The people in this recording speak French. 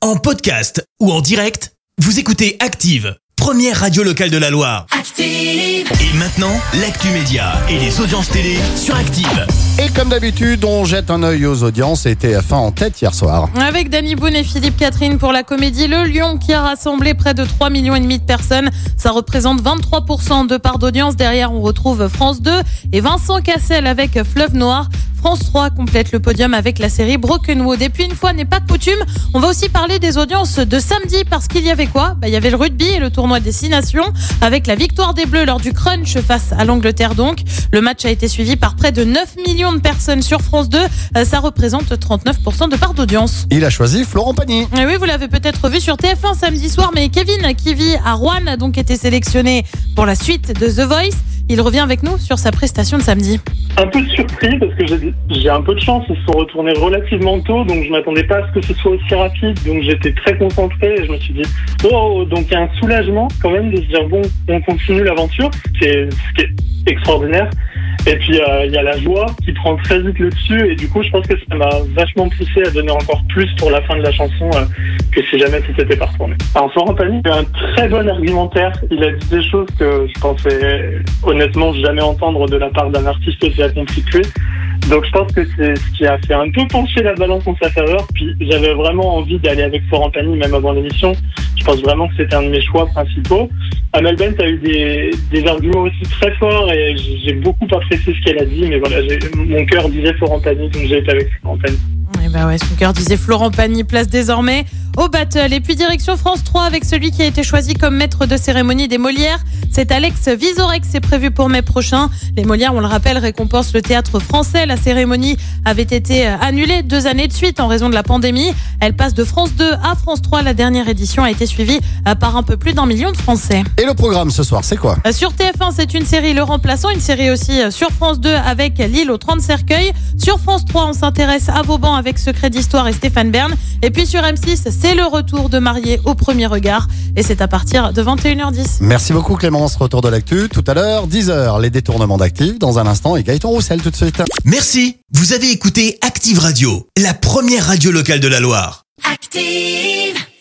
En podcast ou en direct, vous écoutez Active, première radio locale de la Loire. Active! Et maintenant, l'actu média et les audiences télé sur Active. Et comme d'habitude, on jette un œil aux audiences et TF1 en tête hier soir. Avec Danny Boone et Philippe Catherine pour la comédie Le Lion qui a rassemblé près de 3,5 millions de personnes. Ça représente 23% de part d'audience. Derrière, on retrouve France 2 et Vincent Cassel avec Fleuve Noir. France 3 complète le podium avec la série Broken Wood. Et puis, une fois n'est pas coutume, on va aussi parler des audiences de samedi parce qu'il y avait quoi ? Il y avait le rugby et le tournoi Destination avec la victoire des Bleus lors du crunch face à l'Angleterre donc. Le match a été suivi par près de 9 millions de personnes sur France 2. Ça représente 39% de part d'audience. Il a choisi Florent Pagny. Et oui, vous l'avez peut-être vu sur TF1 samedi soir, mais Kevin, qui vit à Rouen, a donc été sélectionné pour la suite de The Voice. Il revient avec nous sur sa prestation de samedi. Un peu surpris parce que j'ai un peu de chance, ils se sont retournés relativement tôt, donc je m'attendais pas à ce que ce soit aussi rapide, donc j'étais très concentré et je me suis dit oh, donc il y a un soulagement quand même de se dire bon, on continue l'aventure, c'est ce qui est extraordinaire. Et puis il y a la joie qui prend très vite le dessus et du coup je pense que ça m'a vachement poussé à donner encore plus pour la fin de la chanson que si jamais c'était pas retourné. Alors Florent Pagny a un très bon argumentaire, il a dit des choses que je pensais honnêtement jamais entendre de la part d'un artiste aussi accompli que lui. Donc je pense que c'est ce qui a fait un peu pencher la balance en sa faveur. Puis j'avais vraiment envie d'aller avec Florent Pagny même avant l'émission. Je pense vraiment que c'était un de mes choix principaux. Amel Bent a eu des arguments aussi très forts et j'ai beaucoup apprécié ce qu'elle a dit. Mais voilà, mon cœur disait Florent Pagny, donc j'ai été avec Florent Pagny. Et son cœur disait Florent Pagny, place désormais au battle. Et puis direction France 3 avec celui qui a été choisi comme maître de cérémonie des Molières. C'est Alex Vizorek, c'est prévu pour mai prochain. Les Molières, on le rappelle, récompensent le théâtre français. La cérémonie avait été annulée 2 années de suite en raison de la pandémie. Elle passe de France 2 à France 3. La dernière édition a été suivie par un peu plus d'1 million de Français. Et le programme ce soir, c'est quoi ? Sur TF1, c'est une série Le Remplaçant, une série aussi sur France 2 avec L'île aux 30 cercueils. Sur France 3, on s'intéresse à Vauban avec Secret d'Histoire et Stéphane Bern. Et puis sur M6, c'est le retour de Mariés au premier regard. Et c'est à partir de 21h10. Merci beaucoup Clémence, retour de l'actu. Tout à l'heure, 10h, les détournements d'Active. Dans un instant, et Gaëtan Roussel tout de suite. Merci, vous avez écouté Active Radio, la première radio locale de la Loire. Active!